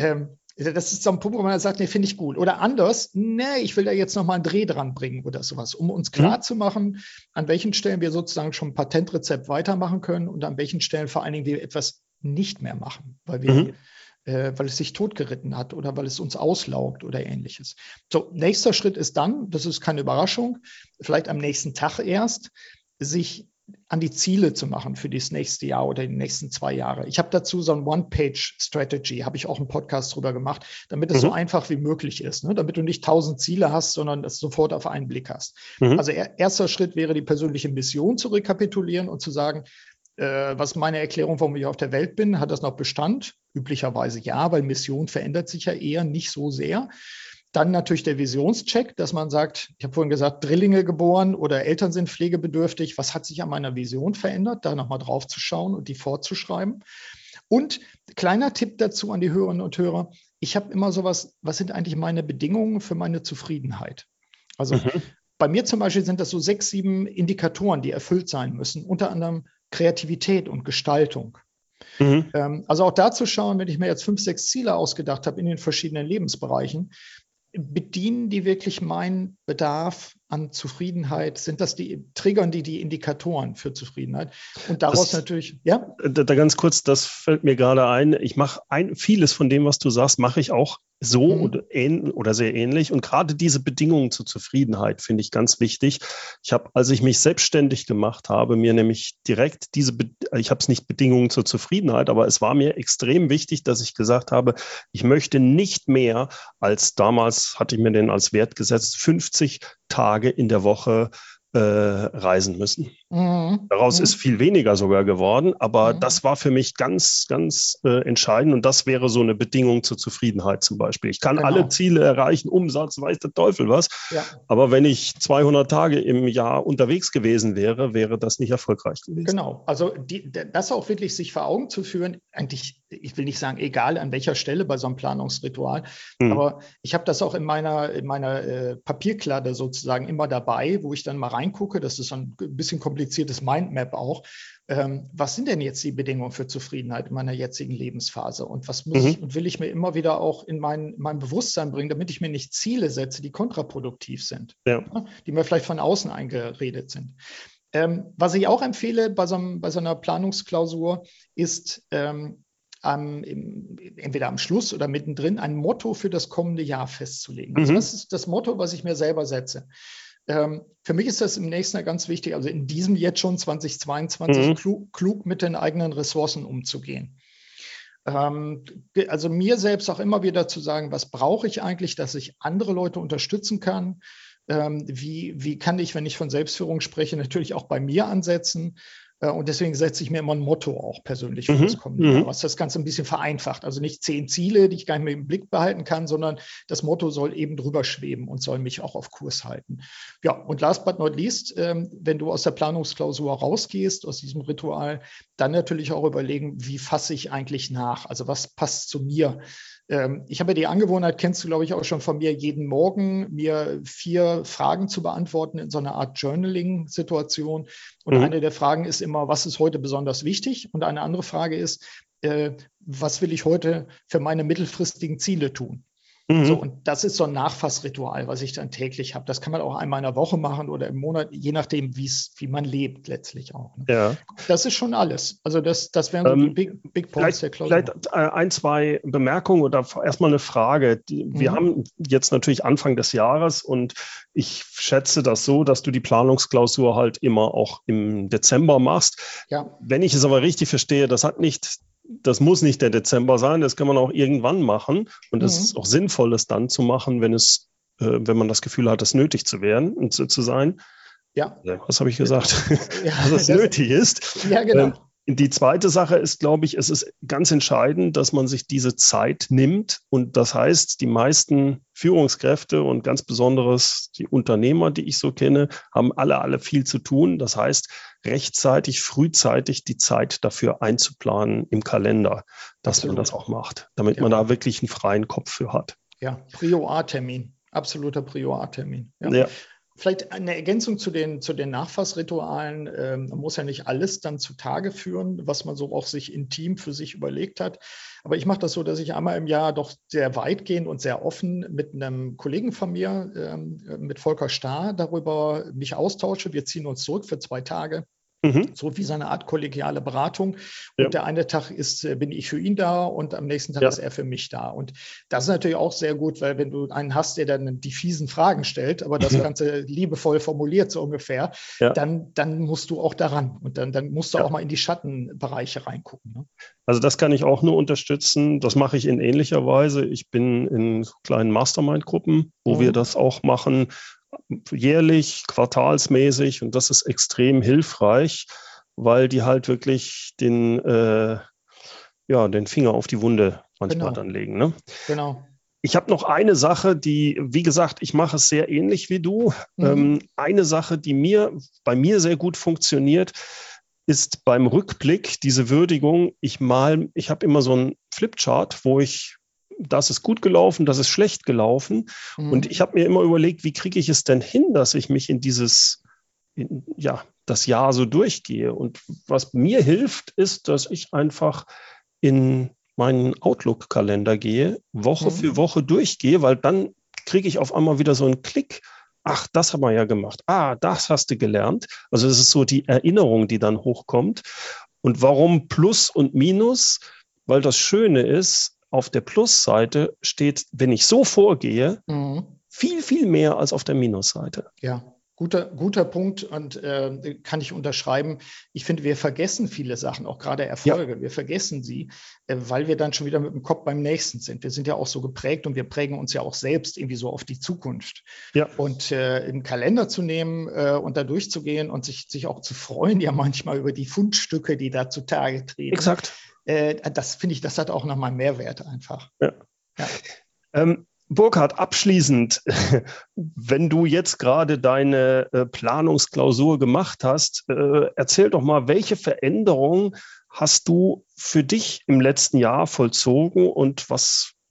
Das ist so ein Punkt, wo man sagt, nee, finde ich gut. Oder anders, nee, ich will da jetzt nochmal einen Dreh dran bringen oder sowas, um uns klar zu machen, an welchen Stellen wir sozusagen schon ein Patentrezept weitermachen können und an welchen Stellen vor allen Dingen wir etwas nicht mehr machen, weil es sich totgeritten hat oder weil es uns auslaugt oder ähnliches. So, nächster Schritt ist dann, das ist keine Überraschung, vielleicht am nächsten Tag erst, sich an die Ziele zu machen für das nächste Jahr oder die nächsten 2 Jahre. Ich habe dazu so ein One-Page-Strategy, habe ich auch einen Podcast drüber gemacht, damit es so einfach wie möglich ist, ne? Damit du nicht 1000 Ziele hast, sondern das sofort auf einen Blick hast. Also erster Schritt wäre, die persönliche Mission zu rekapitulieren und zu sagen, was ist meine Erklärung, warum ich auf der Welt bin? Hat das noch Bestand? Üblicherweise ja, weil Mission verändert sich ja eher nicht so sehr. Dann natürlich der Visionscheck, dass man sagt, ich habe vorhin gesagt, Drillinge geboren oder Eltern sind pflegebedürftig. Was hat sich an meiner Vision verändert? Da nochmal drauf zu schauen und die fortzuschreiben. Und kleiner Tipp dazu an die Hörerinnen und Hörer. Ich habe immer sowas, was sind eigentlich meine Bedingungen für meine Zufriedenheit? Also bei mir zum Beispiel sind das so 6, 7 Indikatoren, die erfüllt sein müssen. Unter anderem Kreativität und Gestaltung. Also auch da zu schauen, wenn ich mir jetzt 5, 6 Ziele ausgedacht habe in den verschiedenen Lebensbereichen, bedienen die wirklich meinen Bedarf an Zufriedenheit? Triggern die Indikatoren für Zufriedenheit? Und daraus natürlich, ja? Da ganz kurz, das fällt mir gerade ein. Ich mache vieles von dem, was du sagst, mache ich auch so oder sehr ähnlich. Und gerade diese Bedingungen zur Zufriedenheit finde ich ganz wichtig. Ich habe, als ich mich selbstständig gemacht habe, mir nämlich direkt ich habe es nicht Bedingungen zur Zufriedenheit, aber es war mir extrem wichtig, dass ich gesagt habe, ich möchte nicht mehr als damals, hatte ich mir den als Wert gesetzt, 50 Tage in der Woche reisen müssen. Daraus ist viel weniger sogar geworden, aber das war für mich ganz, ganz entscheidend und das wäre so eine Bedingung zur Zufriedenheit zum Beispiel. Ich kann alle Ziele erreichen, Umsatz, weiß der Teufel was, aber wenn ich 200 Tage im Jahr unterwegs gewesen wäre, wäre das nicht erfolgreich gewesen. Genau, also das auch wirklich sich vor Augen zu führen, eigentlich, ich will nicht sagen, egal an welcher Stelle bei so einem Planungsritual, aber ich habe das auch in meiner Papierkladde sozusagen immer dabei, wo ich dann mal reingucke, das ist ein bisschen kompliziert, kompliziertes Mindmap auch. Was sind denn jetzt die Bedingungen für Zufriedenheit in meiner jetzigen Lebensphase? Und was muss ich und will ich mir immer wieder auch in mein Bewusstsein bringen, damit ich mir nicht Ziele setze, die kontraproduktiv sind, die mir vielleicht von außen eingeredet sind. Was ich auch empfehle bei so einer Planungsklausur ist, entweder am Schluss oder mittendrin ein Motto für das kommende Jahr festzulegen. Also was ist das Motto, was ich mir selber setze? Für mich ist das im nächsten Jahr ganz wichtig, also in diesem jetzt schon 2022 klug mit den eigenen Ressourcen umzugehen. Also mir selbst auch immer wieder zu sagen, was brauche ich eigentlich, dass ich andere Leute unterstützen kann? Wie kann ich, wenn ich von Selbstführung spreche, natürlich auch bei mir ansetzen? Und deswegen setze ich mir immer ein Motto auch persönlich für das kommende Jahr, was das Ganze ein bisschen vereinfacht. Also nicht 10 Ziele, die ich gar nicht mehr im Blick behalten kann, sondern das Motto soll eben drüber schweben und soll mich auch auf Kurs halten. Ja, und last but not least, wenn du aus der Planungsklausur rausgehst, aus diesem Ritual, dann natürlich auch überlegen, wie fasse ich eigentlich nach? Also was passt zu mir? Ich habe ja die Angewohnheit, kennst du, glaube ich, auch schon von mir, jeden Morgen mir 4 Fragen zu beantworten in so einer Art Journaling-Situation. Und eine der Fragen ist immer, was ist heute besonders wichtig? Und eine andere Frage ist, was will ich heute für meine mittelfristigen Ziele tun? So, und das ist so ein Nachfassritual, was ich dann täglich habe. Das kann man auch einmal in der Woche machen oder im Monat, je nachdem, wie man lebt letztlich auch. Ne? Ja. Das ist schon alles. Also das wären so die Big Points der Klausur. Vielleicht 1, 2 Bemerkungen oder erstmal eine Frage. Wir haben jetzt natürlich Anfang des Jahres und ich schätze das so, dass du die Planungsklausur halt immer auch im Dezember machst. Ja. Wenn ich es aber richtig verstehe, das muss nicht der Dezember sein, das kann man auch irgendwann machen. Und es ist auch sinnvoll, das dann zu machen, wenn man das Gefühl hat, es nötig zu werden und zu sein. Ja. Was habe ich gesagt? Ja, dass es nötig ist. Ja, genau. Die zweite Sache ist, glaube ich, es ist ganz entscheidend, dass man sich diese Zeit nimmt. Und das heißt, die meisten Führungskräfte und ganz besonders die Unternehmer, die ich so kenne, haben alle viel zu tun. Das heißt, frühzeitig die Zeit dafür einzuplanen im Kalender, dass man das auch macht, damit man da wirklich einen freien Kopf für hat. Ja, Prio-A-Termin, absoluter Prio-A-Termin. Ja. Vielleicht eine Ergänzung zu den Nachfassritualen. Man muss ja nicht alles dann zutage führen, was man so auch sich intim für sich überlegt hat. Aber ich mache das so, dass ich einmal im Jahr doch sehr weitgehend und sehr offen mit einem Kollegen von mir, mit Volker Stahr, darüber mich austausche. Wir ziehen uns zurück für 2 Tage. So wie so eine Art kollegiale Beratung. Und der eine Tag bin ich für ihn da und am nächsten Tag ist er für mich da. Und das ist natürlich auch sehr gut, weil wenn du einen hast, der dann die fiesen Fragen stellt, aber das Ganze liebevoll formuliert so ungefähr, dann musst du auch daran. Und dann musst du auch mal in die Schattenbereiche reingucken. Ne? Also das kann ich auch nur unterstützen. Das mache ich in ähnlicher Weise. Ich bin in so kleinen Mastermind-Gruppen, wo wir das auch machen, jährlich, quartalsmäßig, und das ist extrem hilfreich, weil die halt wirklich den Finger auf die Wunde manchmal dann legen. Ne? Genau. Ich habe noch eine Sache, die, wie gesagt, ich mache es sehr ähnlich wie du. Eine Sache, die bei mir sehr gut funktioniert, ist beim Rückblick diese Würdigung. Ich habe immer so einen Flipchart, wo das ist gut gelaufen, das ist schlecht gelaufen. Und ich habe mir immer überlegt, wie kriege ich es denn hin, dass ich mich in das Jahr so durchgehe. Und was mir hilft, ist, dass ich einfach in meinen Outlook-Kalender gehe, Woche für Woche durchgehe, weil dann kriege ich auf einmal wieder so einen Klick. Ach, das haben wir ja gemacht. Ah, das hast du gelernt. Also es ist so die Erinnerung, die dann hochkommt. Und warum Plus und Minus? Weil das Schöne ist, auf der Plusseite steht, wenn ich so vorgehe, viel, viel mehr als auf der Minusseite. Ja, guter Punkt und kann ich unterschreiben. Ich finde, wir vergessen viele Sachen, auch gerade Erfolge. Ja. Wir vergessen sie, weil wir dann schon wieder mit dem Kopf beim Nächsten sind. Wir sind ja auch so geprägt und wir prägen uns ja auch selbst irgendwie so auf die Zukunft. Ja. Und einen Kalender zu nehmen und da durchzugehen und sich auch zu freuen, ja manchmal über die Fundstücke, die da zutage treten. Exakt. Das finde ich, das hat auch nochmal Mehrwert einfach. Ja. Burkhard, abschließend, wenn du jetzt gerade deine Planungsklausur gemacht hast, erzähl doch mal, welche Veränderungen hast du für dich im letzten Jahr vollzogen und was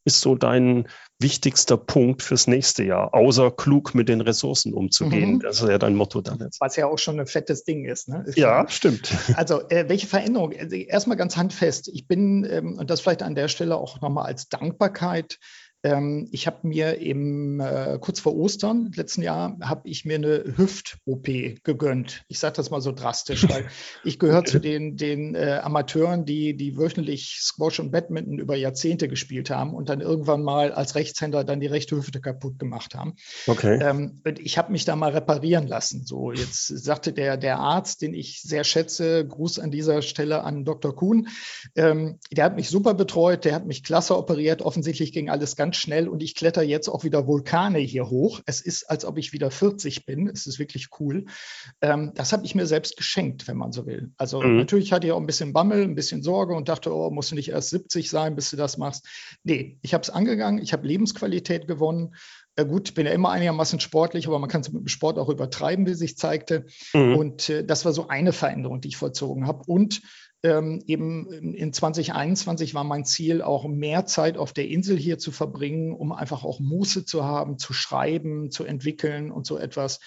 ist so dein wichtigster Punkt fürs nächste Jahr, außer klug mit den Ressourcen umzugehen? Das ist ja dein Motto dann jetzt. Was ja auch schon ein fettes Ding ist. Ne? Ist ja, stimmt. Also welche Veränderung? Also, erstmal ganz handfest. Ich bin, und das vielleicht an der Stelle auch nochmal als Dankbarkeit, ich habe mir kurz vor Ostern letzten Jahr, habe ich mir eine Hüft-OP gegönnt. Ich sage das mal so drastisch, weil ich gehöre zu den Amateuren, die wöchentlich Squash und Badminton über Jahrzehnte gespielt haben und dann irgendwann mal als Rechtshänder dann die rechte Hüfte kaputt gemacht haben. Okay. Und ich habe mich da mal reparieren lassen. So, jetzt sagte der Arzt, den ich sehr schätze, Gruß an dieser Stelle an Dr. Kuhn, der hat mich super betreut, der hat mich klasse operiert. Offensichtlich ging alles ganz schnell und ich kletter jetzt auch wieder Vulkane hier hoch. Es ist, als ob ich wieder 40 bin. Es ist wirklich cool. Das habe ich mir selbst geschenkt, wenn man so will. Also natürlich hatte ich auch ein bisschen Bammel, ein bisschen Sorge und dachte, oh, musst du nicht erst 70 sein, bis du das machst. Nee, ich habe es angegangen, ich habe Lebensqualität gewonnen. Gut, bin ja immer einigermaßen sportlich, aber man kann es mit dem Sport auch übertreiben, wie sich zeigte. Und das war so eine Veränderung, die ich vollzogen habe. Und eben in 2021 war mein Ziel, auch mehr Zeit auf der Insel hier zu verbringen, um einfach auch Muße zu haben, zu schreiben, zu entwickeln und so etwas.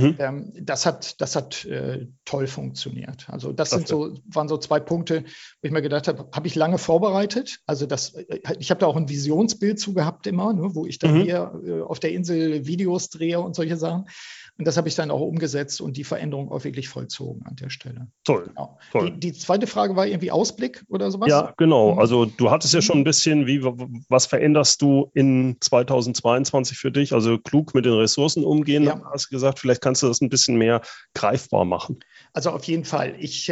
Das hat toll funktioniert. Also das waren so zwei Punkte, wo ich mir gedacht habe ich lange vorbereitet. Also ich habe da auch ein Visionsbild zu gehabt immer, ne, wo ich dann hier auf der Insel Videos drehe und solche Sachen. Und das habe ich dann auch umgesetzt und die Veränderung auch wirklich vollzogen an der Stelle. Toll. Genau. Toll. Die zweite Frage war irgendwie Ausblick oder sowas? Ja, genau. Also du hattest ja schon ein bisschen, was veränderst du in 2022 für dich? Also klug mit den Ressourcen umgehen, hast du gesagt. Vielleicht kannst du das ein bisschen mehr greifbar machen. Also auf jeden Fall. Ich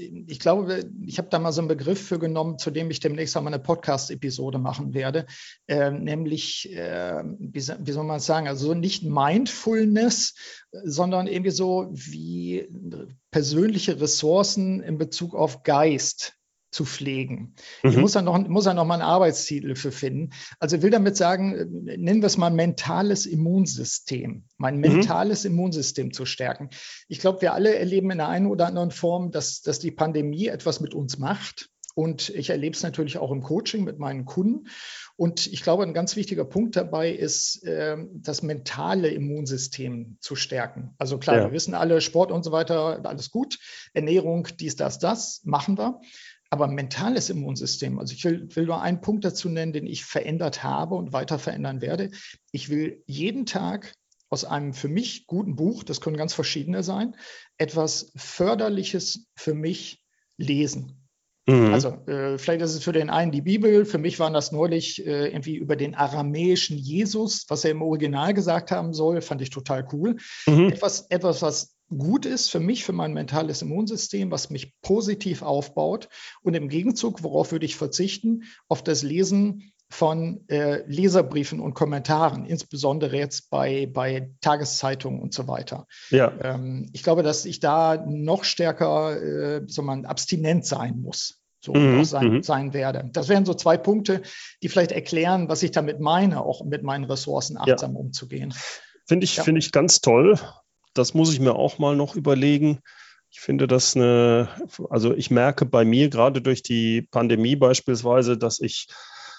glaube, ich habe da mal so einen Begriff für genommen, zu dem ich demnächst einmal eine Podcast-Episode machen werde. Nämlich, wie soll man sagen, also nicht Mindfulness, sondern irgendwie so wie persönliche Ressourcen in Bezug auf Geist zu pflegen. Ich muss da noch mal einen Arbeitstitel für finden. Also ich will damit sagen, nennen wir es mal mentales Immunsystem. Mein mentales Immunsystem zu stärken. Ich glaube, wir alle erleben in der einen oder anderen Form, dass die Pandemie etwas mit uns macht. Und ich erlebe es natürlich auch im Coaching mit meinen Kunden. Und ich glaube, ein ganz wichtiger Punkt dabei ist, das mentale Immunsystem zu stärken. Also klar, wir wissen alle, Sport und so weiter, alles gut. Ernährung, dies, das machen wir. Aber mentales Immunsystem, also ich will nur einen Punkt dazu nennen, den ich verändert habe und weiter verändern werde. Ich will jeden Tag aus einem für mich guten Buch, das können ganz verschiedene sein, etwas Förderliches für mich lesen. Also vielleicht ist es für den einen die Bibel, für mich waren das neulich irgendwie über den aramäischen Jesus, was er im Original gesagt haben soll, fand ich total cool. Etwas, was gut ist für mich, für mein mentales Immunsystem, was mich positiv aufbaut. Und im Gegenzug, worauf würde ich verzichten? Auf das Lesen von Leserbriefen und Kommentaren, insbesondere jetzt bei Tageszeitungen und so weiter. Ja. Ich glaube, dass ich da noch stärker abstinent sein muss. So auch sein werde. Das wären so zwei Punkte, die vielleicht erklären, was ich damit meine, auch mit meinen Ressourcen achtsam umzugehen. Finde ich ganz toll. Das muss ich mir auch mal noch überlegen. Ich finde das also ich merke bei mir gerade durch die Pandemie beispielsweise, dass ich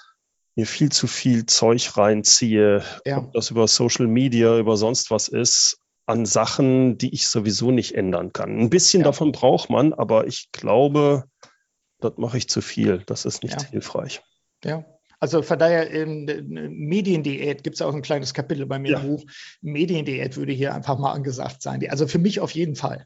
mir viel zu viel Zeug reinziehe, ob das über Social Media, über sonst was ist, an Sachen, die ich sowieso nicht ändern kann. Ein bisschen davon braucht man, aber ich glaube, das mache ich zu viel. Das ist nicht hilfreich. Ja. Also von daher, Mediendiät gibt es auch ein kleines Kapitel bei mir im Buch. Mediendiät würde hier einfach mal angesagt sein. Also für mich auf jeden Fall.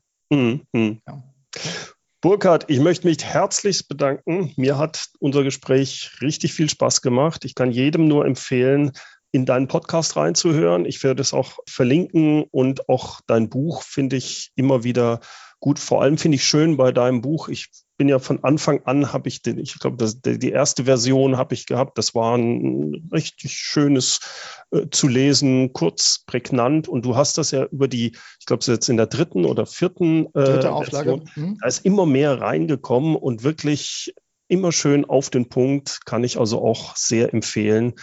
Ja. Burkhard, ich möchte mich herzlichst bedanken. Mir hat unser Gespräch richtig viel Spaß gemacht. Ich kann jedem nur empfehlen, in deinen Podcast reinzuhören. Ich werde es auch verlinken und auch dein Buch finde ich immer wieder gut. Vor allem finde ich schön bei deinem Buch, ich bin ja von Anfang an, ich glaube, die erste Version habe ich gehabt. Das war ein richtig schönes zu lesen, kurz, prägnant. Und du hast das ja über ich glaube, es ist jetzt in der dritten oder vierten dritte Auflage. Da ist immer mehr reingekommen und wirklich immer schön auf den Punkt. Kann ich also auch sehr empfehlen,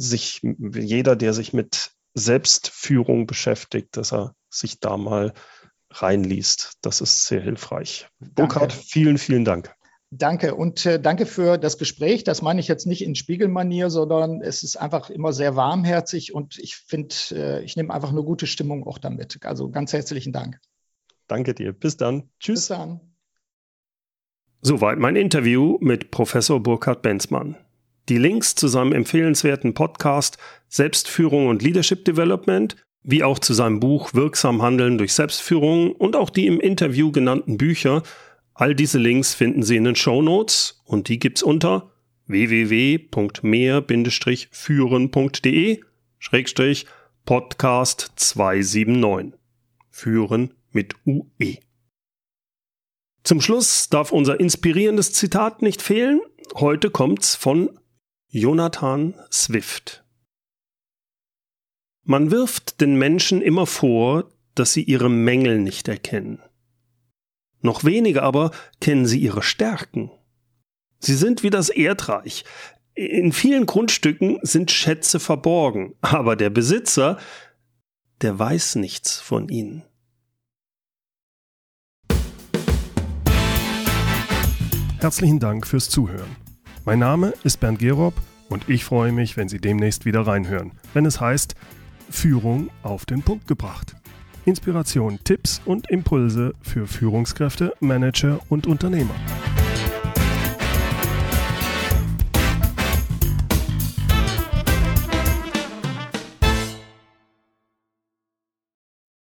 jeder, der sich mit Selbstführung beschäftigt, dass er sich da mal reinliest. Das ist sehr hilfreich. Burkhard, vielen, vielen Dank. Danke und danke für das Gespräch. Das meine ich jetzt nicht in Spiegelmanier, sondern es ist einfach immer sehr warmherzig und ich finde, ich nehme einfach eine gute Stimmung auch damit. Also ganz herzlichen Dank. Danke dir. Bis dann. Tschüss. Bis dann. Soweit mein Interview mit Professor Burkhard Benzmann. Die Links zu seinem empfehlenswerten Podcast Selbstführung und Leadership Development, wie auch zu seinem Buch Wirksam Handeln durch Selbstführung und auch die im Interview genannten Bücher, all diese Links finden Sie in den Shownotes und die gibt's unter www.mehr-führen.de/Podcast 279. Führen mit UE. Zum Schluss darf unser inspirierendes Zitat nicht fehlen. Heute kommt's von Jonathan Swift. Man wirft den Menschen immer vor, dass sie ihre Mängel nicht erkennen. Noch weniger aber kennen sie ihre Stärken. Sie sind wie das Erdreich. In vielen Grundstücken sind Schätze verborgen, aber der Besitzer, der weiß nichts von ihnen. Herzlichen Dank fürs Zuhören. Mein Name ist Bernd Gerob und ich freue mich, wenn Sie demnächst wieder reinhören, wenn es heißt Führung auf den Punkt gebracht. Inspiration, Tipps und Impulse für Führungskräfte, Manager und Unternehmer.